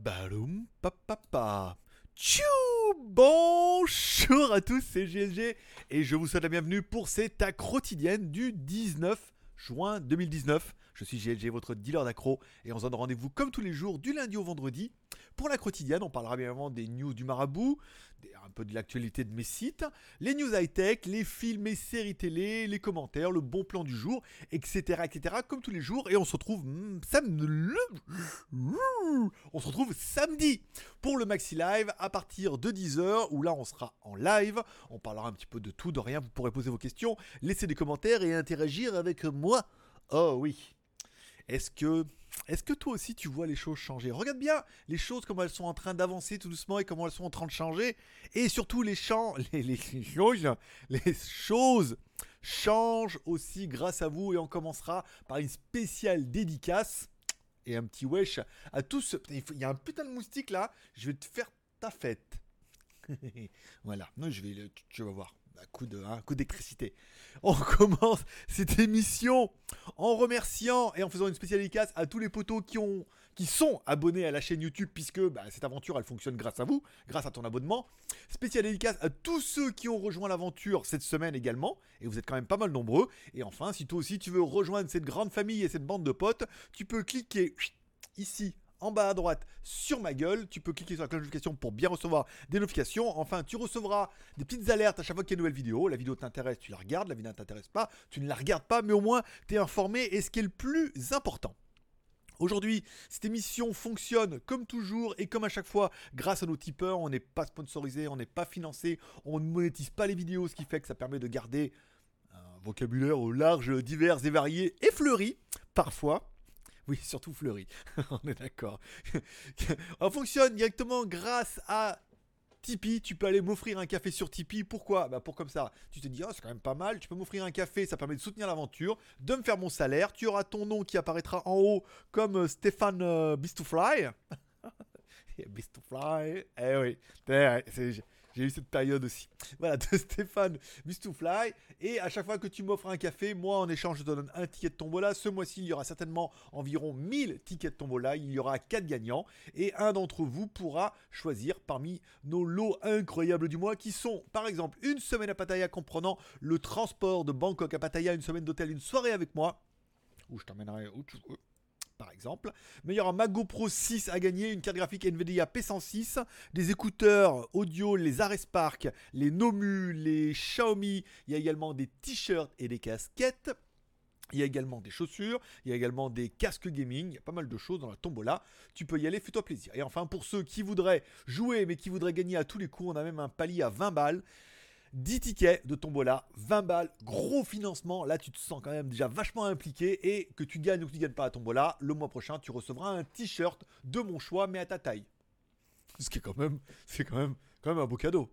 Baloum papa. Tchou. Bonjour à tous, c'est GLG et je vous souhaite la bienvenue pour cette accro quotidienne du 19 juin 2019. Je suis GLG, votre dealer d'accro, et on se donne rendez-vous comme tous les jours du lundi au vendredi. Pour la quotidienne, on parlera bien évidemment des news du marabout, un peu de l'actualité de mes sites, les news high-tech, les films et séries télé, les commentaires, le bon plan du jour, etc. comme tous les jours. Et on se retrouve samedi pour le Maxi Live à partir de 10h, où là on sera en live. On parlera un petit peu de tout, de rien. Vous pourrez poser vos questions, laisser des commentaires et interagir avec moi. Oh oui. Est-ce que toi aussi tu vois les choses changer? Regarde bien les choses, comment elles sont en train d'avancer tout doucement et comment elles sont en train de changer. Et surtout les choses changent aussi grâce à vous. Et on commencera par une spéciale dédicace et un petit wesh à tous. Il y a un putain de moustique là, je vais te faire ta fête. Voilà, non, tu vas voir. Un coup d'électricité. On commence cette émission en remerciant et en faisant une spéciale dédicace à tous les potos qui sont abonnés à la chaîne YouTube, puisque cette aventure elle fonctionne grâce à vous, grâce à ton abonnement. Spéciale dédicace à tous ceux qui ont rejoint l'aventure cette semaine également, et vous êtes quand même pas mal nombreux. Et enfin, si toi aussi tu veux rejoindre cette grande famille et cette bande de potes, tu peux cliquer ici en bas à droite sur ma gueule, tu peux cliquer sur la cloche de notification pour bien recevoir des notifications. Enfin, tu recevras des petites alertes à chaque fois qu'il y a une nouvelle vidéo. La vidéo t'intéresse, tu la regardes. La vidéo ne t'intéresse pas, tu ne la regardes pas, mais au moins tu es informé. Et ce qui est le plus important, aujourd'hui, cette émission fonctionne comme toujours et comme à chaque fois grâce à nos tipeurs. On n'est pas sponsorisé, on n'est pas financé, on ne monétise pas les vidéos, ce qui fait que ça permet de garder un vocabulaire au large, divers et varié et fleuri parfois. Oui, surtout fleuri, on est d'accord. On fonctionne directement grâce à Tipeee. Tu peux aller m'offrir un café sur Tipeee. Pourquoi? Pour comme ça, tu te dis, oh, c'est quand même pas mal. Tu peux m'offrir un café, ça permet de soutenir l'aventure, de me faire mon salaire. Tu auras ton nom qui apparaîtra en haut comme Stéphane Beast2Fly. Beast2Fly, eh oui, j'ai eu cette période aussi. Voilà, de Stéphane Beast2Fly. Et à chaque fois que tu m'offres un café, moi en échange je te donne un ticket de tombola. Ce mois-ci, il y aura certainement environ 1000 tickets de tombola. Il y aura 4 gagnants. Et un d'entre vous pourra choisir parmi nos lots incroyables du mois, qui sont par exemple une semaine à Pattaya comprenant le transport de Bangkok à Pattaya, une semaine d'hôtel, une soirée avec moi, où je t'emmènerai où tu veux, par exemple. Mais il y aura ma GoPro 6 à gagner, une carte graphique Nvidia P106, des écouteurs audio, les Arespark, les Nomu, les Xiaomi. Il y a également des t-shirts et des casquettes. Il y a également des chaussures, il y a également des casques gaming, il y a pas mal de choses dans la tombola. Tu peux y aller, fais-toi plaisir. Et enfin, pour ceux qui voudraient jouer mais qui voudraient gagner à tous les coups, on a même un palier à 20 balles. 10 tickets de tombola, 20 balles, gros financement. Là, tu te sens quand même déjà vachement impliqué. Et que tu gagnes ou que tu gagnes pas à tombola, le mois prochain, tu recevras un t-shirt de mon choix, mais à ta taille. Ce qui est quand même un beau cadeau.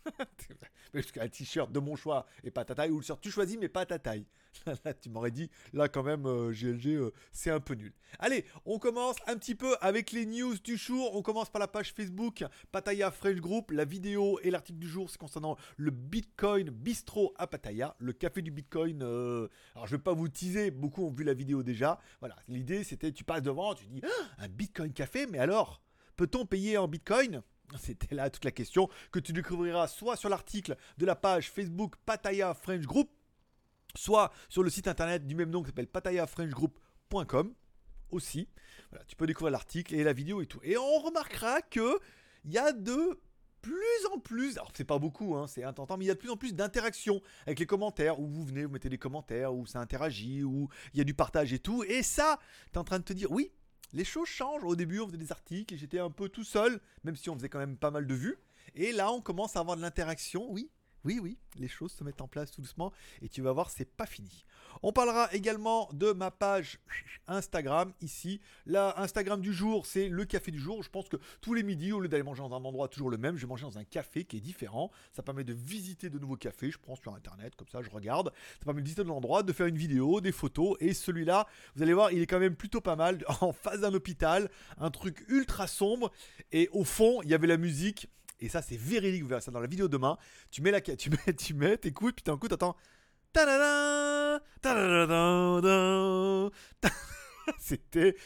Parce qu'un t-shirt de mon choix et pas à ta taille, ou le shirt tu choisis mais pas à ta taille. Là, tu m'aurais dit, là quand même, GLG, c'est un peu nul. Allez, on commence un petit peu avec les news du jour. On commence par la page Facebook Pattaya French Group. La vidéo et l'article du jour, c'est concernant le Bitcoin Bistro à Pattaya, le café du Bitcoin. Alors, je vais pas vous teaser, beaucoup ont vu la vidéo déjà. Voilà, l'idée c'était, tu passes devant, tu dis, ah, un Bitcoin café, mais alors, peut-on payer en Bitcoin? C'était là toute la question que tu découvriras soit sur l'article de la page Facebook Pattaya French Group, soit sur le site internet du même nom qui s'appelle pattayafrenchgroup.com aussi. Voilà, tu peux découvrir l'article et la vidéo et tout. Et on remarquera que il y a de plus en plus, alors c'est pas beaucoup, hein, c'est un temps, mais il y a de plus en plus d'interactions avec les commentaires, où vous venez, vous mettez des commentaires, où ça interagit, où il y a du partage et tout. Et ça, t'es en train de te dire, oui, les choses changent. Au début, on faisait des articles et j'étais un peu tout seul, même si on faisait quand même pas mal de vues. Et là, on commence à avoir de l'interaction. Oui, les choses se mettent en place tout doucement et tu vas voir, c'est pas fini. On parlera également de ma page Instagram ici. Là, Instagram du jour, c'est le café du jour. Je pense que tous les midis, au lieu d'aller manger dans un endroit toujours le même, je vais manger dans un café qui est différent. Ça permet de visiter de nouveaux cafés, je prends sur internet, comme ça je regarde. Ça permet de visiter de l'endroit, de faire une vidéo, des photos. Et celui-là, vous allez voir, il est quand même plutôt pas mal. En face d'un hôpital, un truc ultra sombre. Et au fond, il y avait la musique. Et ça, c'est véridique, vous verrez ça dans la vidéo demain. Tu mets, t'écoutes, puis d'un coup, t'entends. C'était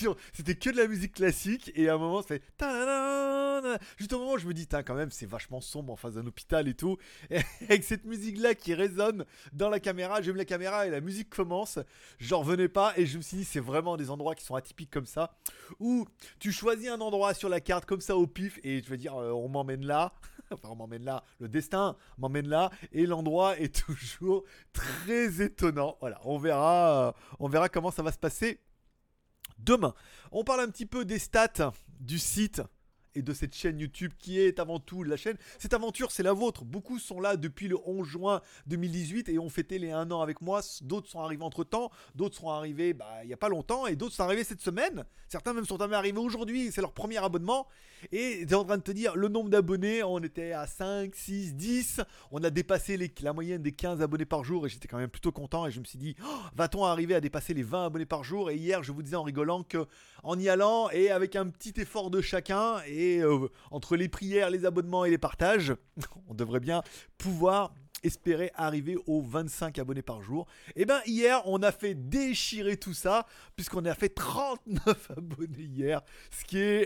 C'était que de la musique classique et à un moment ça fait ta-da-da-da. Juste au moment où je me dis quand même c'est vachement sombre en face d'un hôpital et tout et avec cette musique là qui résonne dans la caméra, j'aime la caméra et la musique commence, j'en revenais pas et je me suis dit c'est vraiment des endroits qui sont atypiques comme ça où tu choisis un endroit sur la carte comme ça au pif et je veux dire on m'emmène là. Enfin, on m'emmène là, le destin m'emmène là, et l'endroit est toujours très étonnant. Voilà, on verra comment ça va se passer demain. On parle un petit peu des stats du site et de cette chaîne YouTube qui est avant tout la chaîne. Cette aventure, c'est la vôtre. Beaucoup sont là depuis le 11 juin 2018 et ont fêté les 1 an avec moi. D'autres sont arrivés entre temps, d'autres sont arrivés il n'y a pas longtemps et d'autres sont arrivés cette semaine. Certains même sont arrivés aujourd'hui, c'est leur premier abonnement. Et tu es en train de te dire le nombre d'abonnés, on était à 5, 6, 10. On a dépassé la moyenne des 15 abonnés par jour et j'étais quand même plutôt content et je me suis dit, va-t-on arriver à dépasser les 20 abonnés par jour? Et hier, je vous disais en rigolant que en y allant et avec un petit effort de chacun et entre les prières, les abonnements et les partages, on devrait bien pouvoir espérer arriver aux 25 abonnés par jour. Et bien hier, on a fait déchirer tout ça puisqu'on a fait 39 abonnés hier, ce qui est...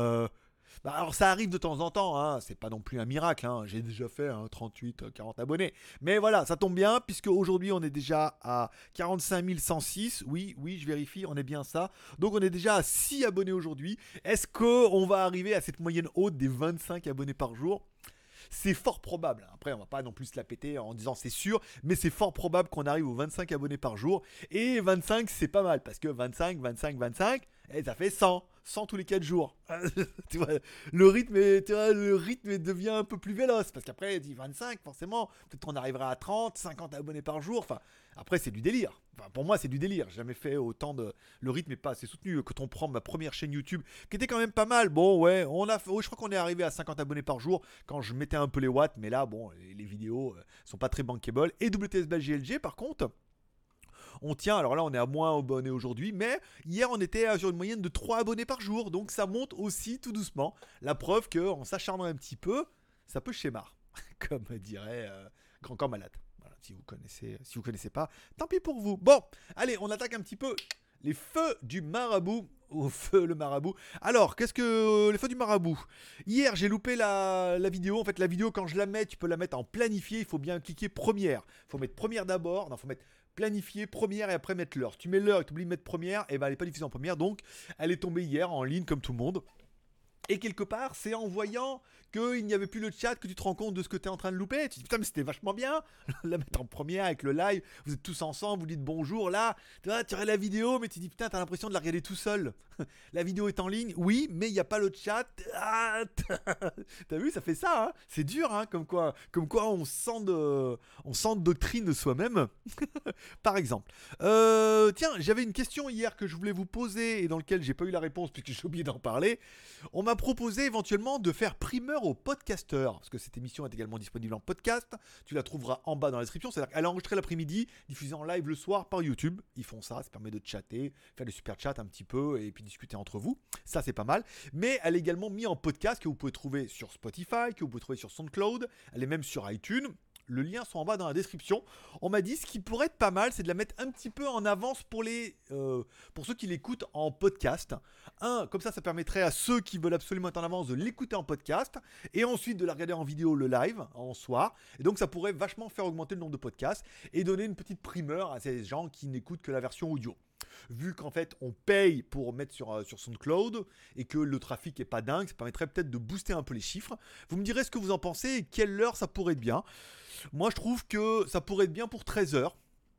alors ça arrive de temps en temps, hein, c'est pas non plus un miracle, hein, j'ai déjà fait 38, 40 abonnés. Mais voilà, ça tombe bien puisque aujourd'hui on est déjà à 45 106, oui, je vérifie, on est bien ça. Donc on est déjà à 6 abonnés aujourd'hui. Est-ce qu'on va arriver à cette moyenne haute des 25 abonnés par jour ? C'est fort probable. Après, on va pas non plus se la péter en disant c'est sûr, mais c'est fort probable qu'on arrive aux 25 abonnés par jour. Et 25, c'est pas mal parce que 25, ça fait 100. 100 tous les 4 jours. Tu vois, le rythme devient un peu plus véloce parce qu'après, il dit 25, forcément, peut-être qu'on arrivera à 30, 50 abonnés par jour. Enfin, après, c'est du délire. Enfin, pour moi, c'est du délire. J'ai jamais fait autant de. Le rythme n'est pas assez soutenu. Quand on prend ma première chaîne YouTube, qui était quand même pas mal. Bon, ouais, je crois qu'on est arrivé à 50 abonnés par jour quand je mettais un peu les watts. Mais là, bon, les vidéos sont pas très bankable. Et WTS GLG, par contre. On tient, alors là on est à moins abonnés aujourd'hui, mais hier on était sur une moyenne de 3 abonnés par jour, donc ça monte aussi tout doucement. La preuve qu'en s'acharnant un petit peu, ça peut schémar, comme dirait Grand Corps Malade. Voilà, si vous connaissez pas, tant pis pour vous. Bon, allez, on attaque un petit peu les feux du marabout. Au feu le marabout. Alors, qu'est-ce que les feux du marabout? Hier, j'ai loupé la vidéo. En fait, la vidéo, quand je la mets, tu peux la mettre en planifié. Il faut bien cliquer première. Il faut mettre première d'abord. Non, il faut mettre planifier première et après mettre l'heure. Tu mets l'heure et tu oublies de mettre première, et ben elle n'est pas diffusée en première. Donc, elle est tombée hier en ligne comme tout le monde. Et quelque part, c'est en voyant qu'il n'y avait plus le chat que tu te rends compte de ce que tu es en train de louper. Tu te dis putain, mais c'était vachement bien. La mettre en première avec le live, vous êtes tous ensemble, vous dites bonjour. Là, tu regardes la vidéo, mais tu te dis putain, t'as l'impression de la regarder tout seul. La vidéo est en ligne, oui, mais il n'y a pas le chat. Ah, t'as vu, ça fait ça, hein. C'est dur, hein, comme quoi on sent de doctrine de soi-même. Par exemple. Tiens, j'avais une question hier que je voulais vous poser et dans laquelle j'ai pas eu la réponse puisque j'ai oublié d'en parler. On m'a proposé éventuellement de faire primeur aux podcasteurs, parce que cette émission est également disponible en podcast. Tu la trouveras en bas dans la description. C'est-à-dire qu'elle est enregistrée l'après-midi, diffusée en live le soir par YouTube. Ils font ça, ça permet de chatter, faire des super chats un petit peu et puis discuter entre vous. Ça, c'est pas mal. Mais elle est également mise en podcast que vous pouvez trouver sur Spotify, que vous pouvez trouver sur SoundCloud. Elle est même sur iTunes. Le lien sont en bas dans la description. On m'a dit ce qui pourrait être pas mal, c'est de la mettre un petit peu en avance pour ceux qui l'écoutent en podcast. Comme ça permettrait à ceux qui veulent absolument être en avance de l'écouter en podcast et ensuite de la regarder en vidéo le live en soir. Et donc ça pourrait vachement faire augmenter le nombre de podcasts et donner une petite primeur à ces gens qui n'écoutent que la version audio. Vu qu'en fait on paye pour mettre sur SoundCloud et que le trafic est pas dingue, ça permettrait peut-être de booster un peu les chiffres. Vous me direz ce que vous en pensez et quelle heure ça pourrait être bien. Moi je trouve que ça pourrait être bien pour 13h.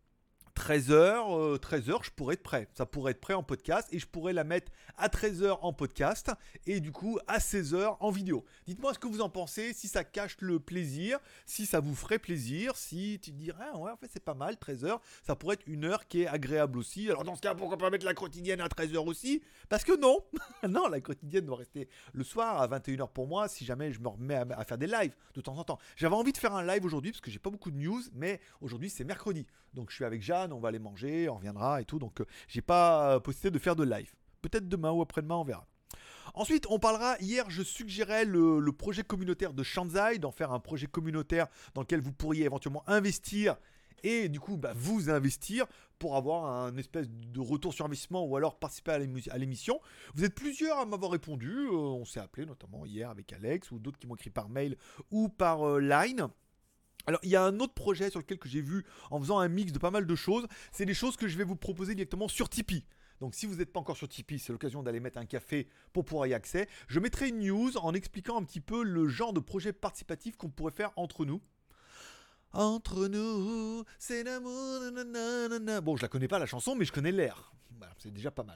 13h, je pourrais être prêt. Ça pourrait être prêt en podcast et je pourrais la mettre à 13h en podcast et du coup à 16h en vidéo. Dites-moi ce que vous en pensez, si ça cache le plaisir, si ça vous ferait plaisir, si tu dirais ouais en fait c'est pas mal, 13h, ça pourrait être une heure qui est agréable aussi. Alors dans ce cas, pourquoi pas mettre la quotidienne à 13h aussi? Parce que non, non, la quotidienne doit rester le soir à 21h pour moi si jamais je me remets à faire des lives de temps en temps. J'avais envie de faire un live aujourd'hui parce que j'ai pas beaucoup de news, mais aujourd'hui c'est mercredi. Donc je suis avec Jeanne, on va aller manger, on reviendra et tout. Donc j'ai pas possibilité de faire de live. Peut-être demain ou après-demain, on verra. Ensuite, on parlera, hier je suggérais le projet communautaire de Shanzai, d'en faire un projet communautaire dans lequel vous pourriez éventuellement investir et du coup vous investir pour avoir un espèce de retour sur investissement ou alors participer à l'émission. Vous êtes plusieurs à m'avoir répondu, on s'est appelé notamment hier avec Alex ou d'autres qui m'ont écrit par mail ou par Line. Alors, il y a un autre projet sur lequel que j'ai vu en faisant un mix de pas mal de choses. C'est des choses que je vais vous proposer directement sur Tipeee. Donc, si vous n'êtes pas encore sur Tipeee, c'est l'occasion d'aller mettre un café pour pouvoir y accéder. Je mettrai une news en expliquant un petit peu le genre de projet participatif qu'on pourrait faire entre nous. Entre nous, c'est l'amour. Nanana. Bon, je la connais pas la chanson, mais je connais l'air. Voilà, c'est déjà pas mal.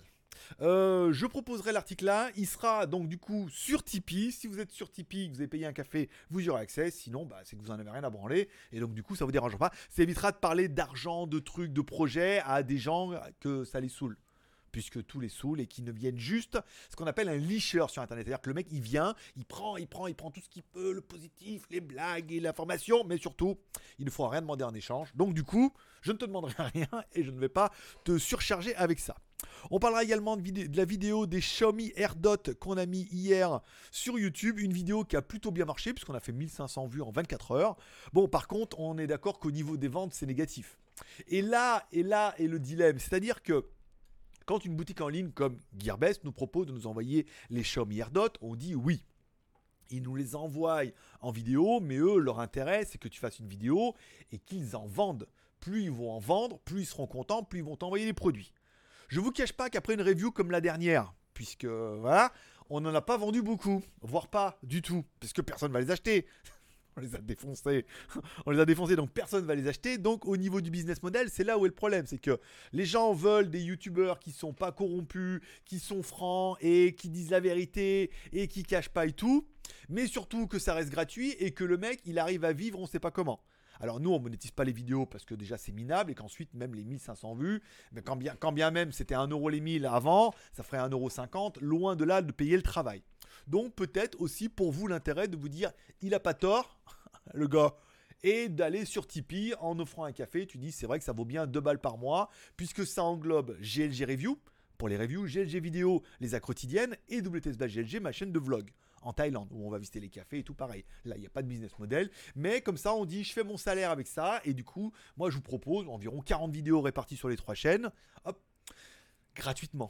Je proposerai l'article là, il sera donc du coup sur Tipeee. Si vous êtes sur Tipeee, que vous avez payé un café, vous y aurez accès. Sinon, c'est que vous en avez rien à branler. Et donc du coup, ça vous dérangera pas. Ça évitera de parler d'argent, de trucs, de projets à des gens que ça les saoule. Puisque tous les saoulent et qui ne viennent juste ce qu'on appelle un licheur sur internet. C'est-à-dire que le mec il vient, il prend tout ce qu'il peut, le positif, les blagues et l'information, mais surtout, il ne faut rien demander en échange. Donc du coup, je ne te demanderai rien et je ne vais pas te surcharger avec ça. On parlera également de la vidéo des Xiaomi AirDot qu'on a mis hier sur YouTube. Une vidéo qui a plutôt bien marché puisqu'on a fait 1500 vues en 24 heures. Bon, par contre, on est d'accord qu'au niveau des ventes, c'est négatif. Et là est le dilemme. C'est-à-dire que quand une boutique en ligne comme Gearbest nous propose de nous envoyer les Xiaomi AirDot, on dit oui. Ils nous les envoient en vidéo, mais eux, leur intérêt, c'est que tu fasses une vidéo et qu'ils en vendent. Plus ils vont en vendre, plus ils seront contents, plus ils vont t'envoyer les produits. Je vous cache pas qu'après une review comme la dernière, puisque voilà, on n'en a pas vendu beaucoup, voire pas du tout, parce que personne ne va les acheter. On les a défoncés. On les a défoncés, donc personne ne va les acheter. Donc au niveau du business model, c'est là où est le problème. C'est que les gens veulent des youtubeurs qui sont pas corrompus, qui sont francs et qui disent la vérité et qui cachent pas et tout. Mais surtout que ça reste gratuit et que le mec, il arrive à vivre, on sait pas comment. Alors nous, on monétise pas les vidéos parce que déjà c'est minable et qu'ensuite même les 1500 vues, mais quand bien même c'était 1€ les 1000 avant, ça ferait 1,50€, loin de là de payer le travail. Donc peut-être aussi pour vous l'intérêt de vous dire, il a pas tort, le gars, et d'aller sur Tipeee en offrant un café. Tu dis, c'est vrai que ça vaut bien 2 balles par mois, puisque ça englobe GLG Review, pour les reviews, GLG Vidéo, les actes quotidiennes, et WTS/GLG, ma chaîne de vlog en Thaïlande, où on va visiter les cafés et tout pareil. Là, il n'y a pas de business model, mais comme ça, on dit, je fais mon salaire avec ça, et du coup, moi, je vous propose environ 40 vidéos réparties sur les 3 chaînes, hop, gratuitement.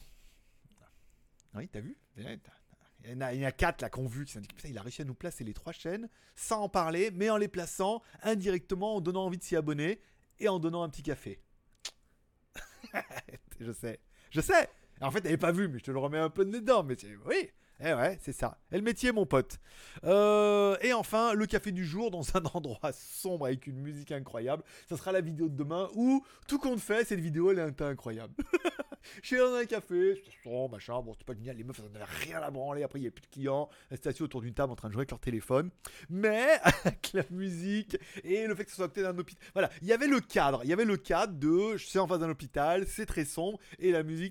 Oui, t'as vu ? Il y en a 4 là qu'on vu qui s'est dit putain, il a réussi à nous placer les 3 chaînes sans en parler, mais en les plaçant indirectement, en donnant envie de s'y abonner et en donnant un petit café. Je sais. En fait, elle n'avait pas vu, mais je te le remets un peu de nez dedans. Mais oui, ouais, c'est ça. Et le métier, mon pote. Et enfin, le café du jour dans un endroit sombre avec une musique incroyable. Ça sera la vidéo de demain où tout compte fait, cette vidéo, elle est incroyable. Je suis dans un café, c'était sombre, machin, bon, c'était pas génial, les meufs, elles n'avaient rien à branler, après il n'y avait plus de clients, elles étaient assis autour d'une table en train de jouer avec leur téléphone, mais avec la musique et le fait que ce soit à côté d'un hôpital, voilà, il y avait le cadre de, je suis en face d'un hôpital, c'est très sombre, et la musique,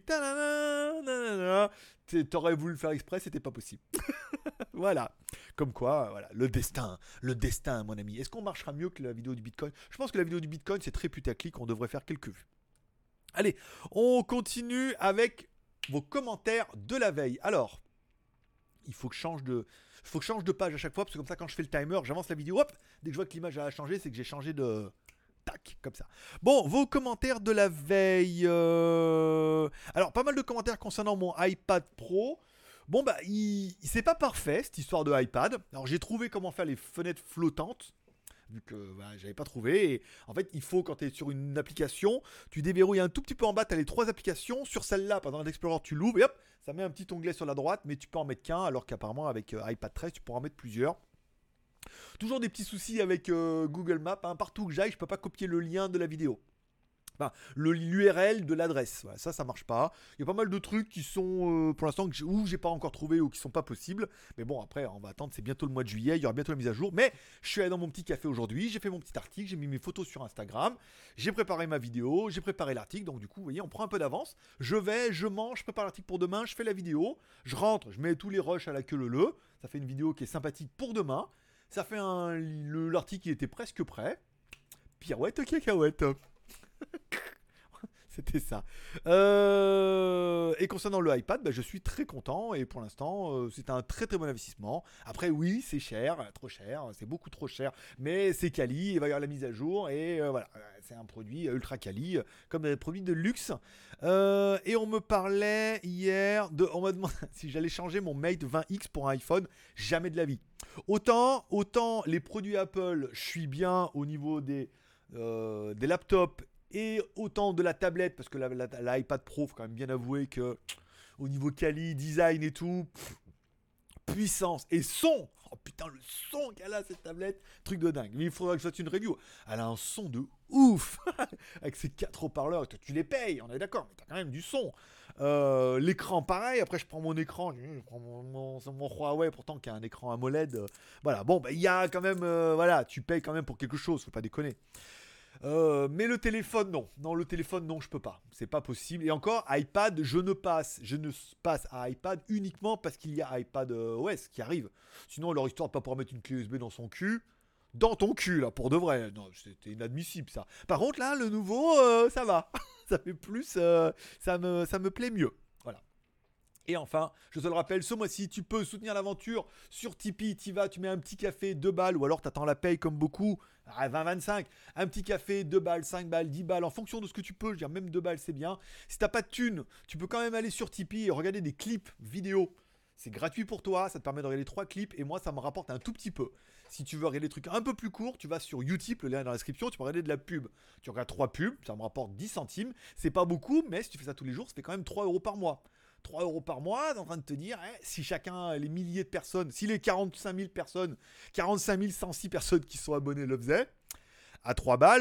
t'aurais voulu le faire exprès, c'était pas possible. Voilà, comme quoi, voilà, le destin, mon ami. Est-ce qu'on marchera mieux que la vidéo du Bitcoin ? Je pense que la vidéo du Bitcoin, c'est très putaclic, on devrait faire quelques vues. Allez, on continue avec vos commentaires de la veille. Alors, il faut que je change de page à chaque fois, parce que comme ça, quand je fais le timer, j'avance la vidéo, hop, dès que je vois que l'image a changé, c'est que j'ai changé de... Tac, comme ça. Bon, vos commentaires de la veille. Alors, pas mal de commentaires concernant mon iPad Pro. Bon, c'est pas parfait, cette histoire de iPad. Alors, j'ai trouvé comment faire les fenêtres flottantes. Vu que j'avais pas trouvé. Et en fait, il faut, quand tu es sur une application, tu déverrouilles un tout petit peu en bas, tu as les 3 applications. Sur celle-là, pendant l'Explorer, tu l'ouvres et hop, ça met un petit onglet sur la droite, mais tu peux en mettre qu'un, alors qu'apparemment, avec iPad 13, tu pourras en mettre plusieurs. Toujours des petits soucis avec Google Maps. Hein. Partout que j'aille, je peux pas copier le lien de la vidéo. L'URL de l'adresse, voilà, ça marche pas. Il y a pas mal de trucs qui sont pour l'instant où j'ai pas encore trouvé ou qui sont pas possibles. Mais bon, après on va attendre, c'est bientôt le mois de juillet, il y aura bientôt la mise à jour. Mais je suis allé dans mon petit café aujourd'hui, j'ai fait mon petit article, j'ai mis mes photos sur Instagram, j'ai préparé ma vidéo, j'ai préparé l'article. Donc du coup, vous voyez, on prend un peu d'avance. Je mange, je prépare l'article pour demain, je fais la vidéo, je rentre, je mets tous les rushs à la queue leu. Ça fait une vidéo qui est sympathique pour demain. Ça fait l'article, il était presque prêt. Pirouette, cacahuète. C'était ça. Et concernant le iPad, bah, je suis très content et pour l'instant, c'est un très très bon investissement. Après, oui, c'est cher, trop cher, c'est beaucoup trop cher, mais c'est quali, il va y avoir la mise à jour et voilà, c'est un produit ultra quali, comme des produits de luxe. Et on me parlait hier on m'a demandé si j'allais changer mon Mate 20X pour un iPhone. Jamais de la vie. Autant les produits Apple, je suis bien au niveau des laptops et autant de la tablette, parce que l'iPad Pro, faut quand même bien avouer que au niveau quali, design et tout, puissance et son. Oh putain, le son qu'elle a cette tablette, truc de dingue. Mais il faudra que je fasse une review. Elle a un son de ouf avec ses 4 haut-parleurs. Tu les payes, on est d'accord, mais t'as quand même du son. L'écran, pareil. Après, je prends mon écran, je prends mon Huawei, pourtant qui a un écran AMOLED. Voilà, bon, bah, il y a quand même, voilà, tu payes quand même pour quelque chose, faut pas déconner. Mais le téléphone, non. Non, le téléphone, non, je peux pas. C'est pas possible. Et encore, iPad, je ne passe à iPad uniquement parce qu'il y a iPad OS qui arrive. Sinon, leur histoire de pas pouvoir mettre une clé USB dans son cul. Dans ton cul, là, pour de vrai. Non, c'était inadmissible, ça. Par contre, là, le nouveau, ça va. Ça fait plus, ça me plaît mieux. Voilà. Et enfin, je te le rappelle, ce mois-ci, tu peux soutenir l'aventure sur Tipeee. Tu vas, tu mets un petit café, 2 balles, ou alors tu attends la paye comme beaucoup, à 20-25. Un petit café, 2 balles, 5 balles, 10 balles, en fonction de ce que tu peux. Je veux dire, même 2 balles, c'est bien. Si t'as pas de thunes, tu peux quand même aller sur Tipeee et regarder des clips vidéo. C'est gratuit pour toi, ça te permet de regarder 3 clips et moi ça me rapporte un tout petit peu. Si tu veux regarder des trucs un peu plus courts, tu vas sur Utip, le lien est dans la description, tu peux regarder de la pub. Tu regardes 3 pubs, ça me rapporte 10 centimes. C'est pas beaucoup, mais si tu fais ça tous les jours, ça fait quand même 3 euros par mois. 3 euros par mois, t'es en train de te dire, si chacun, les milliers de personnes, si les 45 000 personnes, 45 106 personnes qui sont abonnées le faisaient, à 3 balles,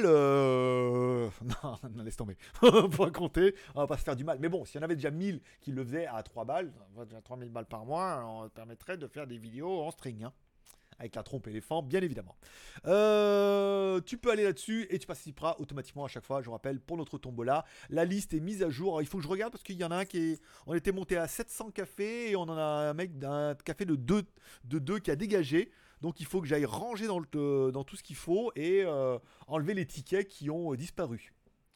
non, laisse tomber. On pourra compter, on va pas se faire du mal. Mais bon, s'il y en avait déjà 1000 qui le faisaient à 3 balles, déjà 3000 balles par mois, on permettrait de faire des vidéos en string, hein, avec la trompe éléphant, bien évidemment. Tu peux aller là-dessus et tu participeras automatiquement à chaque fois, je vous rappelle, pour notre tombola. La liste est mise à jour. Alors, il faut que je regarde parce qu'il y en a un qui est... On était monté à 700 cafés et on en a un mec d'un café de 2 qui a dégagé. Donc il faut que j'aille ranger dans tout ce qu'il faut et enlever les tickets qui ont disparu.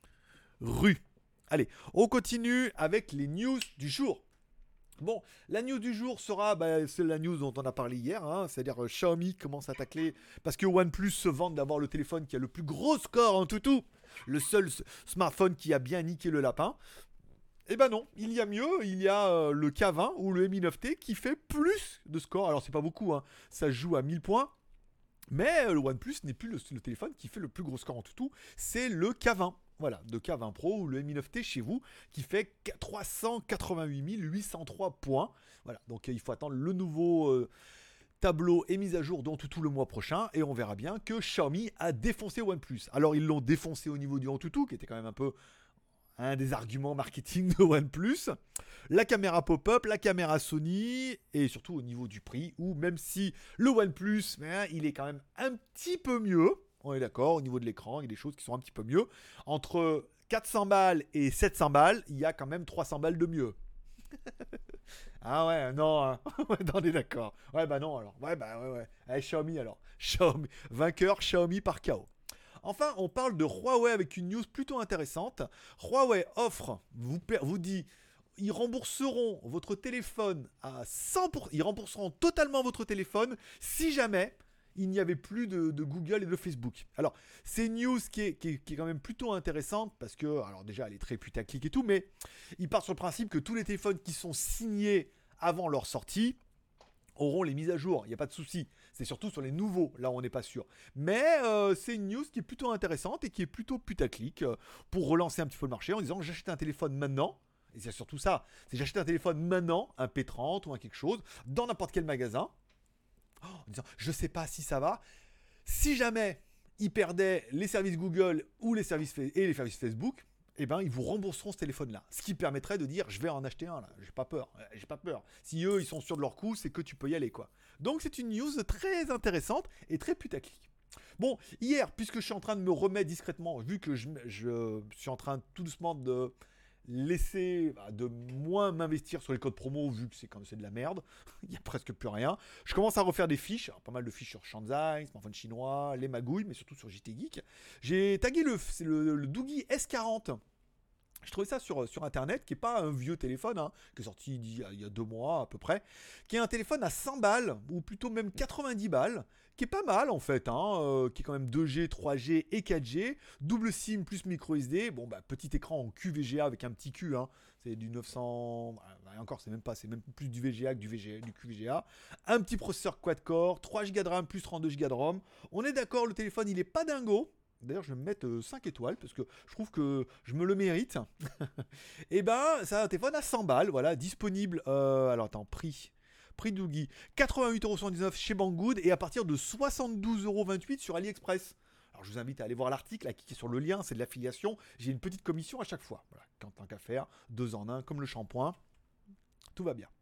Allez, on continue avec les news du jour. Bon, la news du jour sera, c'est la news dont on a parlé hier, hein, c'est-à-dire Xiaomi commence à tacler parce que OnePlus se vante d'avoir le téléphone qui a le plus gros score en tout, le seul smartphone qui a bien niqué le lapin. Eh ben non, il y a mieux, il y a le K20 ou le Mi 9T qui fait plus de score. Alors c'est pas beaucoup, hein, ça joue à 1000 points, mais le OnePlus n'est plus le téléphone qui fait le plus gros score en tout, c'est le K20. Voilà, de K20 Pro ou le Mi 9T chez vous qui fait 388 803 points. Voilà, donc il faut attendre le nouveau tableau et mise à jour dans tout le mois prochain et on verra bien que Xiaomi a défoncé OnePlus. Alors ils l'ont défoncé au niveau du Antutu qui était quand même un peu un des arguments marketing de OnePlus, la caméra pop-up, la caméra Sony, et surtout au niveau du prix, où même si le OnePlus, il est quand même un petit peu mieux, on est d'accord, au niveau de l'écran, il y a des choses qui sont un petit peu mieux, entre 400 balles et 700 balles, il y a quand même 300 balles de mieux. Ah ouais, non, hein. On est d'accord. Ouais, bah non alors. Ouais. Allez, Xiaomi alors. Xiaomi, vainqueur Xiaomi par KO. Enfin, on parle de Huawei avec une news plutôt intéressante. Huawei offre, vous dit, ils rembourseront votre téléphone à 100%, ils rembourseront totalement votre téléphone si jamais il n'y avait plus de Google et de Facebook. Alors, c'est une news qui est quand même plutôt intéressante parce que, alors déjà, elle est très putaclic et tout, mais il part sur le principe que tous les téléphones qui sont signés avant leur sortie auront les mises à jour, il n'y a pas de souci. C'est surtout sur les nouveaux, là on n'est pas sûr. Mais c'est une news qui est plutôt intéressante et qui est plutôt putaclic pour relancer un petit peu le marché en disant j'achète un téléphone maintenant, et c'est surtout ça, c'est j'achète un téléphone maintenant, un P30 ou un quelque chose, dans n'importe quel magasin, en disant je sais pas si ça va. Si jamais ils perdaient les services Google ou les services Facebook, eh ben, ils vous rembourseront ce téléphone-là. Ce qui permettrait de dire, je vais en acheter un, là. J'ai pas peur. Si eux, ils sont sûrs de leur coup, c'est que tu peux y aller, quoi. Donc, c'est une news très intéressante et très putaclic. Bon, hier, puisque je suis en train de me remettre discrètement, vu que je suis en train tout doucement de laisser, de moins m'investir sur les codes promo, vu que c'est de la merde, il n'y a presque plus rien. Je commence à refaire des fiches, alors pas mal de fiches sur Shanzai, smartphone chinois, les magouilles, mais surtout sur JT Geek. J'ai tagué le Doogie S40. Je trouvais ça sur internet, qui est pas un vieux téléphone, hein, qui est sorti il y a 2 mois à peu près, qui est un téléphone à 100 balles, ou plutôt même 90 balles, qui est pas mal en fait, hein, qui est quand même 2G, 3G et 4G, double SIM plus micro SD, bon bah petit écran en QVGA avec un petit Q, hein, c'est du 900, et encore c'est même plus du VGA que du QVGA, un petit processeur quad-core, 3 Go de RAM plus 32 Go de ROM, on est d'accord, le téléphone il est pas dingo. D'ailleurs, je vais me mettre 5 étoiles parce que je trouve que je me le mérite. Et ben, c'est un téléphone à 100 balles, voilà, disponible. Alors attends, prix Doogie, 88,79€ chez Banggood et à partir de 72,28€ sur AliExpress. Alors je vous invite à aller voir l'article, à cliquer sur le lien, c'est de l'affiliation. J'ai une petite commission à chaque fois. Voilà, tant qu'à faire, 2 en 1, comme le shampoing. Tout va bien.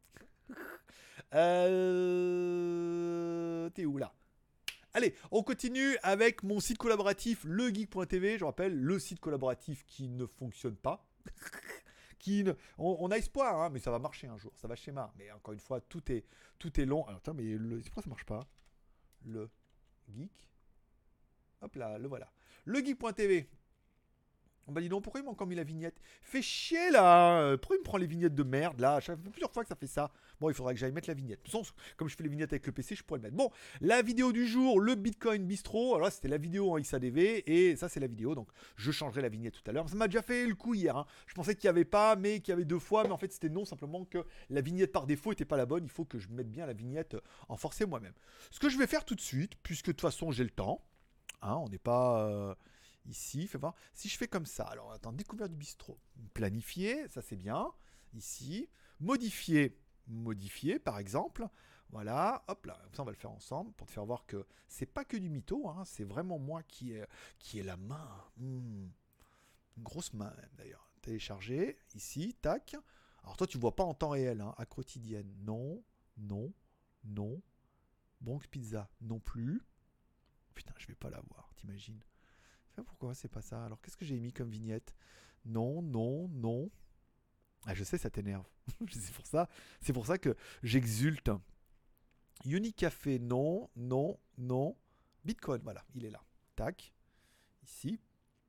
T'es où là? Allez, on continue avec mon site collaboratif, legeek.tv. Je rappelle, le site collaboratif qui ne fonctionne pas. On a espoir, hein, mais ça va marcher un jour. Ça va schéma. Mais encore une fois, tout est long. Alors, attends, mais pourquoi ça marche pas? Le geek. Hop là, le voilà. Legeek.tv. Bah dis donc, pourquoi il m'a encore mis la vignette? Fait chier là! Pourquoi il me prend les vignettes de merde là? Ça fait plusieurs fois que ça fait ça. Bon, il faudrait que j'aille mettre la vignette. De toute façon, comme je fais les vignettes avec le PC, je pourrais le mettre. Bon, la vidéo du jour, le Bitcoin Bistro. Alors là, c'était la vidéo en XADV et ça, c'est la vidéo. Donc, je changerai la vignette tout à l'heure. Ça m'a déjà fait le coup hier, hein. Je pensais qu'il n'y avait pas, mais qu'il y avait 2 fois. Mais en fait, c'était non, simplement que la vignette par défaut n'était pas la bonne. Il faut que je mette bien la vignette en forcé moi-même. Ce que je vais faire tout de suite, puisque de toute façon, j'ai le temps. Hein, on n'est pas. Ici, fais voir. Si je fais comme ça, alors attends, découverte du bistrot. Planifier, ça c'est bien. Ici, modifier, par exemple. Voilà, hop là, comme ça on va le faire ensemble pour te faire voir que c'est pas que du mytho, hein, c'est vraiment moi qui ai la main. Une grosse main même d'ailleurs. Télécharger, ici, tac. Alors toi tu vois pas en temps réel, hein, à quotidienne. Non, non, non. Bronx Pizza, non plus. Putain, je vais pas l'avoir, t'imagines? Pourquoi c'est pas ça? Alors qu'est-ce que j'ai mis comme vignette? Non, non, non. Ah, je sais, ça t'énerve. C'est pour ça que j'exulte. Unicafé, non, non, non. Bitcoin, voilà, il est là. Tac. Ici.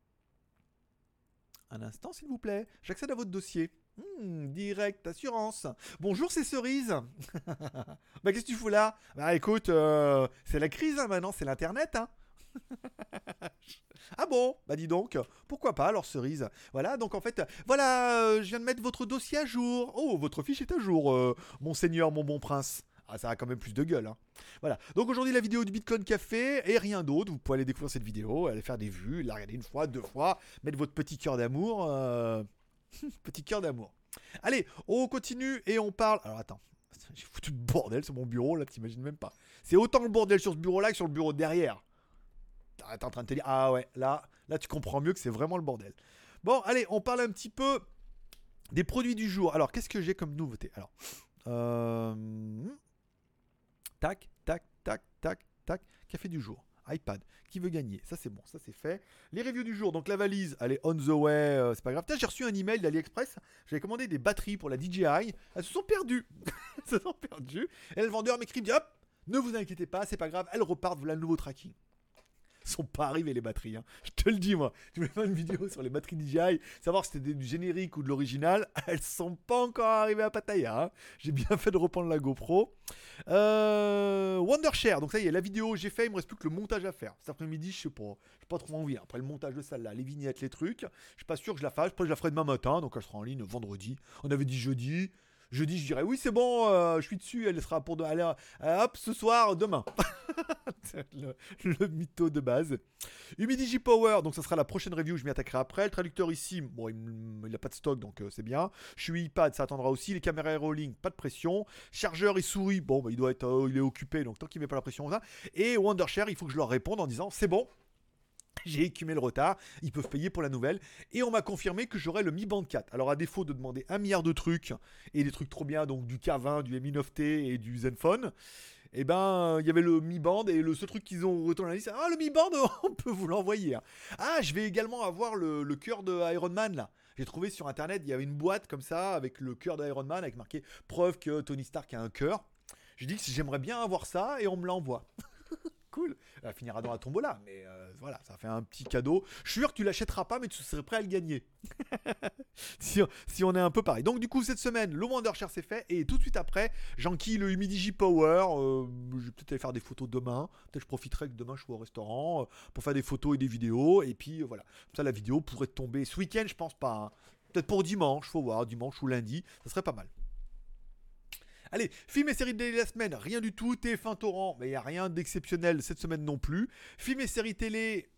Un instant, s'il vous plaît. J'accède à votre dossier. Direct assurance. Bonjour, c'est Cerise. Bah, qu'est-ce que tu fous là? Bah, écoute, c'est la crise, hein, maintenant, c'est l'internet, hein. Ah bon? Bah dis donc, pourquoi pas alors Cerise? Voilà, donc en fait, voilà, je viens de mettre votre dossier à jour. Oh, votre fiche est à jour, monseigneur, mon bon prince. Ah, ça a quand même plus de gueule, hein. Voilà, donc aujourd'hui la vidéo du Bitcoin Café et rien d'autre. Vous pouvez aller découvrir cette vidéo, aller faire des vues, la regarder 1 fois, 2 fois, mettre votre petit cœur d'amour. Petit cœur d'amour. Allez, on continue et on parle. Alors attends, j'ai foutu le bordel sur mon bureau là, t'imagines même pas. C'est autant le bordel sur ce bureau là que sur le bureau derrière. T'es en train de te dire, ah ouais, là tu comprends mieux que c'est vraiment le bordel. Bon, allez, on parle un petit peu des produits du jour. Alors, qu'est-ce que j'ai comme nouveauté? Alors, tac, tac, tac, tac, tac, café du jour, iPad, qui veut gagner? Ça c'est bon, ça c'est fait. Les reviews du jour, donc la valise, elle est on the way, c'est pas grave. Tiens, j'ai reçu un email d'AliExpress, j'avais commandé des batteries pour la DJI, elles se sont perdues. Elles se sont perdues, et le vendeur m'écrit, hop, ne vous inquiétez pas, c'est pas grave, elles repartent, voilà le nouveau tracking. Sont pas arrivés les batteries, hein. Je te le dis moi, je voulais faire une vidéo sur les batteries DJI, savoir si c'était du générique ou de l'original, elles sont pas encore arrivées à Pattaya, hein. J'ai bien fait de reprendre la GoPro. Wondershare, donc ça y est, la vidéo j'ai fait, il me reste plus que le montage à faire. Cet après-midi, je sais pas, j'ai pas trop envie, hein. Après le montage de celle-là, les vignettes, les trucs, je suis pas sûr que je la fasse, après je la ferai demain matin, donc elle sera en ligne vendredi. On avait dit jeudi, je dirais oui c'est bon, je suis dessus, elle sera pour aller hop ce soir, demain. le mytho de base. Humidigi Power, donc ça sera la prochaine review, je m'y attaquerai après. Le traducteur ici, bon il n'a pas de stock donc c'est bien. Je suis iPad, ça attendra aussi. Les caméras Aerolink, pas de pression. Chargeur et souris, bon bah, il est occupé donc tant qu'il met pas la pression ça. Et Wondershare, il faut que je leur réponde en disant c'est bon. J'ai écumé le retard, ils peuvent payer pour la nouvelle. Et on m'a confirmé que j'aurai le Mi Band 4. Alors à défaut de demander 1 milliard de trucs, et des trucs trop bien, donc du K20, du Mi 9T et du Zenfone, et ben il y avait le Mi Band, et le seul truc qu'ils ont retourné à la liste, ah le Mi Band, on peut vous l'envoyer. Ah, je vais également avoir le cœur de Iron Man là. J'ai trouvé sur internet, il y avait une boîte comme ça, avec le cœur d'Iron Man, avec marqué preuve que Tony Stark a un cœur. J'ai dit que j'aimerais bien avoir ça, et on me l'envoie. cool. Elle finira dans la tombola, mais voilà, ça fait un petit cadeau. Je suis sûr que tu l'achèteras pas, mais tu serais prêt à le gagner. si on est un peu pareil. Donc du coup, cette semaine, le Wondershare c'est fait, et tout de suite après, j'enquille le Humidigi Power. Je vais peut-être aller faire des photos demain. Peut-être je profiterai que demain je suis au restaurant pour faire des photos et des vidéos, et puis voilà. Comme ça, la vidéo pourrait tomber ce week-end, je pense pas. Hein. Peut-être pour dimanche, faut voir, dimanche ou lundi, ça serait pas mal. Allez, film et séries de la semaine, rien du tout. TF1 Torrent, mais il n'y a rien d'exceptionnel cette semaine non plus. Film et séries télé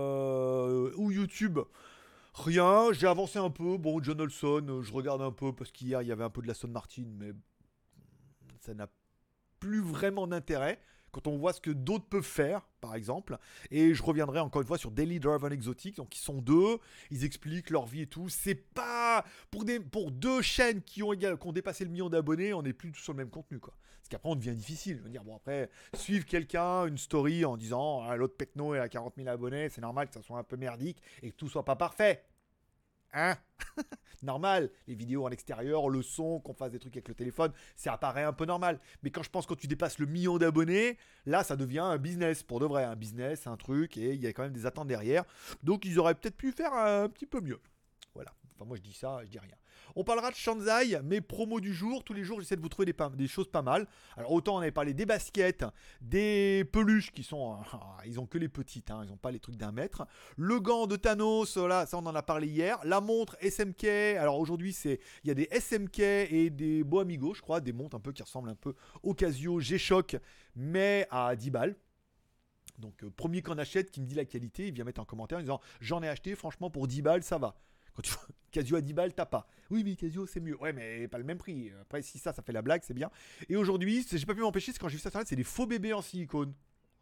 ou YouTube, rien. J'ai avancé un peu. Bon, John Olson, je regarde un peu parce qu'hier il y avait un peu de la Aston Martin, mais ça n'a plus vraiment d'intérêt. Quand on voit ce que d'autres peuvent faire, par exemple. Et je reviendrai encore une fois sur Daily Drive Exotic. Donc, ils sont deux. Ils expliquent leur vie et tout. C'est pas... Pour deux chaînes qui ont dépassé le million d'abonnés, on n'est plus sur le même contenu, quoi. Parce qu'après, on devient difficile. Je veux dire, bon, après, suivre quelqu'un, une story en disant ah, l'autre Pecno est à 40 000 abonnés, c'est normal que ça soit un peu merdique et que tout soit pas parfait. Hein? Normal, les vidéos en extérieur, le son, qu'on fasse des trucs avec le téléphone, ça apparaît un peu normal. Mais quand je pense que tu dépasses le million d'abonnés, là ça devient un business, pour de vrai, un business, un truc, et il y a quand même des attentes derrière. Donc ils auraient peut-être pu faire un petit peu mieux. Voilà, enfin moi je dis ça, je dis rien. On parlera de Shanzai, mes promos du jour. Tous les jours, j'essaie de vous trouver des choses pas mal. Alors, autant on avait parlé des baskets, des peluches qui sont... ils ont que les petites, hein, ils n'ont pas les trucs d'un mètre. Le gant de Thanos, là, ça on en a parlé hier. La montre SMK. Alors, aujourd'hui, il y a des SMK et des Beau Amigo, je crois. Des montres un peu qui ressemblent un peu au Casio G-Shock, mais à 10 balles. Donc, premier qu'on achète qui me dit la qualité, il vient mettre en commentaire en disant j'en ai acheté, franchement, pour 10 balles, ça va. Quand tu vois Casio à 10 balles, t'as pas. Oui, mais Casio, c'est mieux. Ouais, mais pas le même prix. Après, si ça fait la blague, c'est bien. Et aujourd'hui, j'ai pas pu m'empêcher, c'est quand j'ai vu ça sur Internet, c'est des faux bébés en silicone.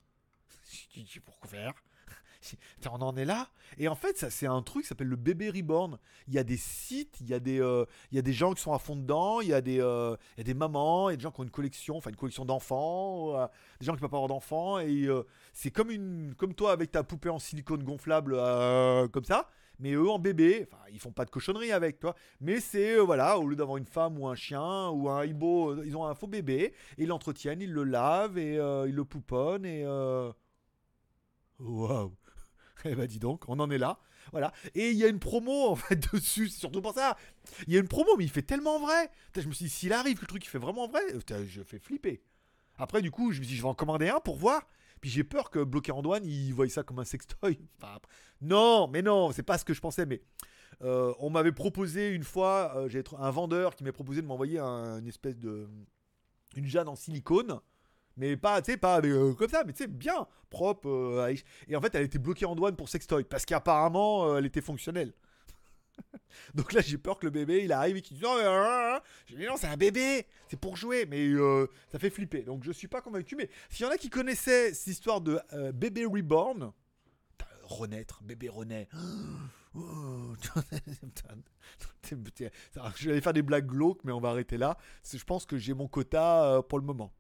Je dis, pourquoi faire? On en est là. Et en fait, ça, c'est un truc qui s'appelle le bébé reborn. Il y a des sites, il y a des gens qui sont à fond dedans, il y a des mamans, il y a des gens qui ont une collection d'enfants, des gens qui ne peuvent pas avoir d'enfants. Et c'est comme toi avec ta poupée en silicone gonflable, comme ça. Mais eux en bébé, enfin ils font pas de cochonnerie avec toi, mais c'est voilà, au lieu d'avoir une femme ou un chien ou un hibou, ils ont un faux bébé et ils l'entretiennent, ils le lavent et ils le pouponnent et waouh. Eh ben dis donc, on en est là, voilà. Et il y a une promo en fait dessus, c'est surtout pour ça. Il y a une promo, mais il fait tellement vrai. Putain, je me suis dit s'il arrive que le truc il fait vraiment vrai, putain, je fais flipper. Après du coup, je me suis dit je vais en commander un pour voir. Puis j'ai peur que bloqué en douane, ils voient ça comme un sextoy. Enfin, non, mais non, c'est pas ce que je pensais. Mais on m'avait proposé une fois, j'ai un vendeur qui m'a proposé de m'envoyer une espèce une Jeanne en silicone. Mais pas, tu sais, pas comme ça, mais tu sais, bien, propre. Et en fait, elle était bloquée en douane pour sextoy. Parce qu'apparemment, elle était fonctionnelle. Donc là, j'ai peur que le bébé, il arrive et qu'il dise non, j'ai dit non, c'est un bébé, c'est pour jouer, mais ça fait flipper. Donc je suis pas convaincu. Mais s'il y en a qui connaissaient cette histoire de bébé reborn, renaître, bébé renaît. Je vais aller faire des blagues glauques, mais on va arrêter là. Je pense que j'ai mon quota pour le moment.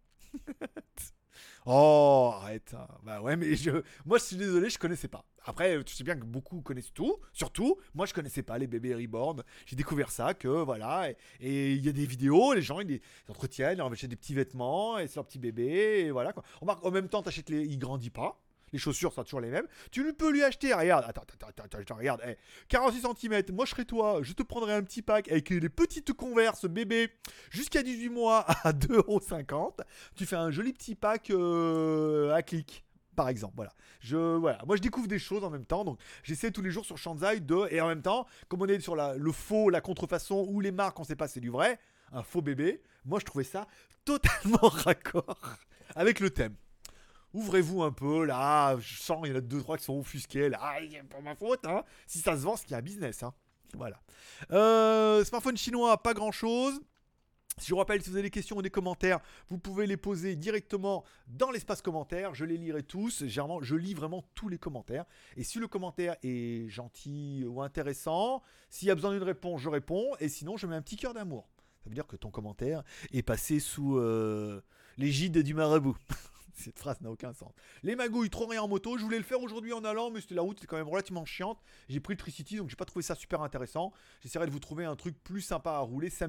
Oh, arrête. Bah ouais, mais moi je suis désolé, je connaissais pas. Après, tu sais bien que beaucoup connaissent tout. Surtout, moi je connaissais pas les bébés reborn. J'ai découvert ça, que voilà. Et il y a des vidéos, les gens ils entretiennent, ils achètent des petits vêtements, et c'est leur petit bébé, et voilà quoi. Remarque, en même temps, il grandit pas. Les chaussures sont toujours les mêmes. Tu peux lui acheter, regarde, attends, regarde, 46 cm, moi je serais toi, je te prendrais un petit pack avec les petites Converse bébé jusqu'à 18 mois à 2,50 €. Tu fais un joli petit pack à clic, par exemple. Voilà. Moi je découvre des choses en même temps, donc j'essaie tous les jours sur Shanzai et en même temps, comme on est sur le faux, la contrefaçon ou les marques, on sait pas c'est du vrai, un faux bébé, moi je trouvais ça totalement raccord avec le thème. Ouvrez-vous un peu, là, je sens qu'il y en a 2-3 qui sont offusqués, là, c'est pas ma faute, hein. Si ça se vend, c'est qu'il y a un business, hein. Voilà. Smartphone chinois, pas grand-chose. Si je vous rappelle, si vous avez des questions ou des commentaires, vous pouvez les poser directement dans l'espace commentaire. Je les lirai tous. Généralement, je lis vraiment tous les commentaires. Et si le commentaire est gentil ou intéressant, s'il y a besoin d'une réponse, je réponds. Et sinon, je mets un petit cœur d'amour. Ça veut dire que ton commentaire est passé sous l'égide du marabout. Cette phrase n'a aucun sens. Les magouilles, trop rien en moto. Je voulais le faire aujourd'hui en allant, mais la route était quand même relativement chiante. J'ai pris le Tricity, donc j'ai pas trouvé ça super intéressant. J'essaierai de vous trouver un truc plus sympa à rouler samedi.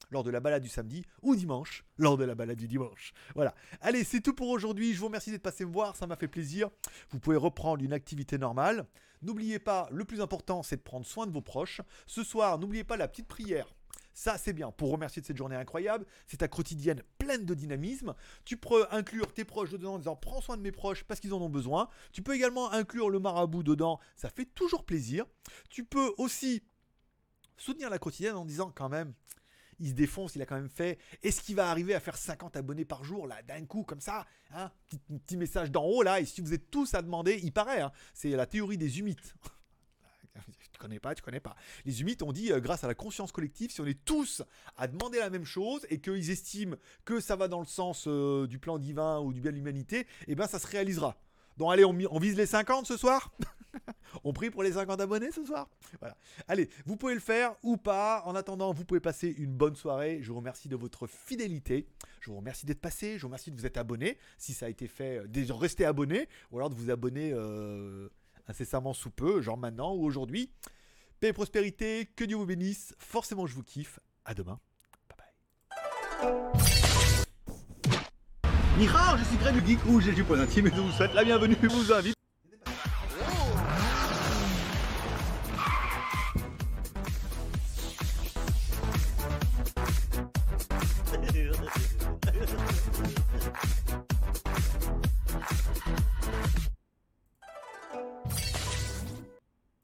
lors de la balade du samedi ou dimanche lors de la balade du dimanche. Voilà. Allez, c'est tout pour aujourd'hui. Je vous remercie d'être passé me voir, ça m'a fait plaisir. Vous pouvez reprendre une activité normale. N'oubliez pas, le plus important, c'est de prendre soin de vos proches. Ce soir, n'oubliez pas la petite prière. Ça, c'est bien pour remercier de cette journée incroyable. C'est ta quotidienne pleine de dynamisme. Tu peux inclure tes proches dedans en disant prends soin de mes proches parce qu'ils en ont besoin. Tu peux également inclure le marabout dedans. Ça fait toujours plaisir. Tu peux aussi soutenir la quotidienne en disant quand même, il se défonce, il a quand même fait. Est-ce qu'il va arriver à faire 50 abonnés par jour là d'un coup comme ça, hein, petit message d'en haut là. Et si vous êtes tous à demander, il paraît, hein, c'est la théorie des humites. Tu connais pas. Les humites ont dit, grâce à la conscience collective, si on est tous à demander la même chose et qu'ils estiment que ça va dans le sens du plan divin ou du bien de l'humanité, eh ben ça se réalisera. Donc allez, on vise les 50 ce soir. On prie pour les 50 abonnés ce soir. Voilà. Allez, vous pouvez le faire ou pas. En attendant, vous pouvez passer une bonne soirée. Je vous remercie de votre fidélité. Je vous remercie d'être passé. Je vous remercie de vous être abonné. Si ça a été fait, de rester abonné ou alors de vous abonner incessamment sous peu, genre maintenant ou aujourd'hui. Paix et prospérité, que Dieu vous bénisse. Forcément, je vous kiffe. À demain. Bye bye. Nihao, je suis Greg le Geek Rouge et je suis pour intime et je vous souhaite la bienvenue. Je vous invite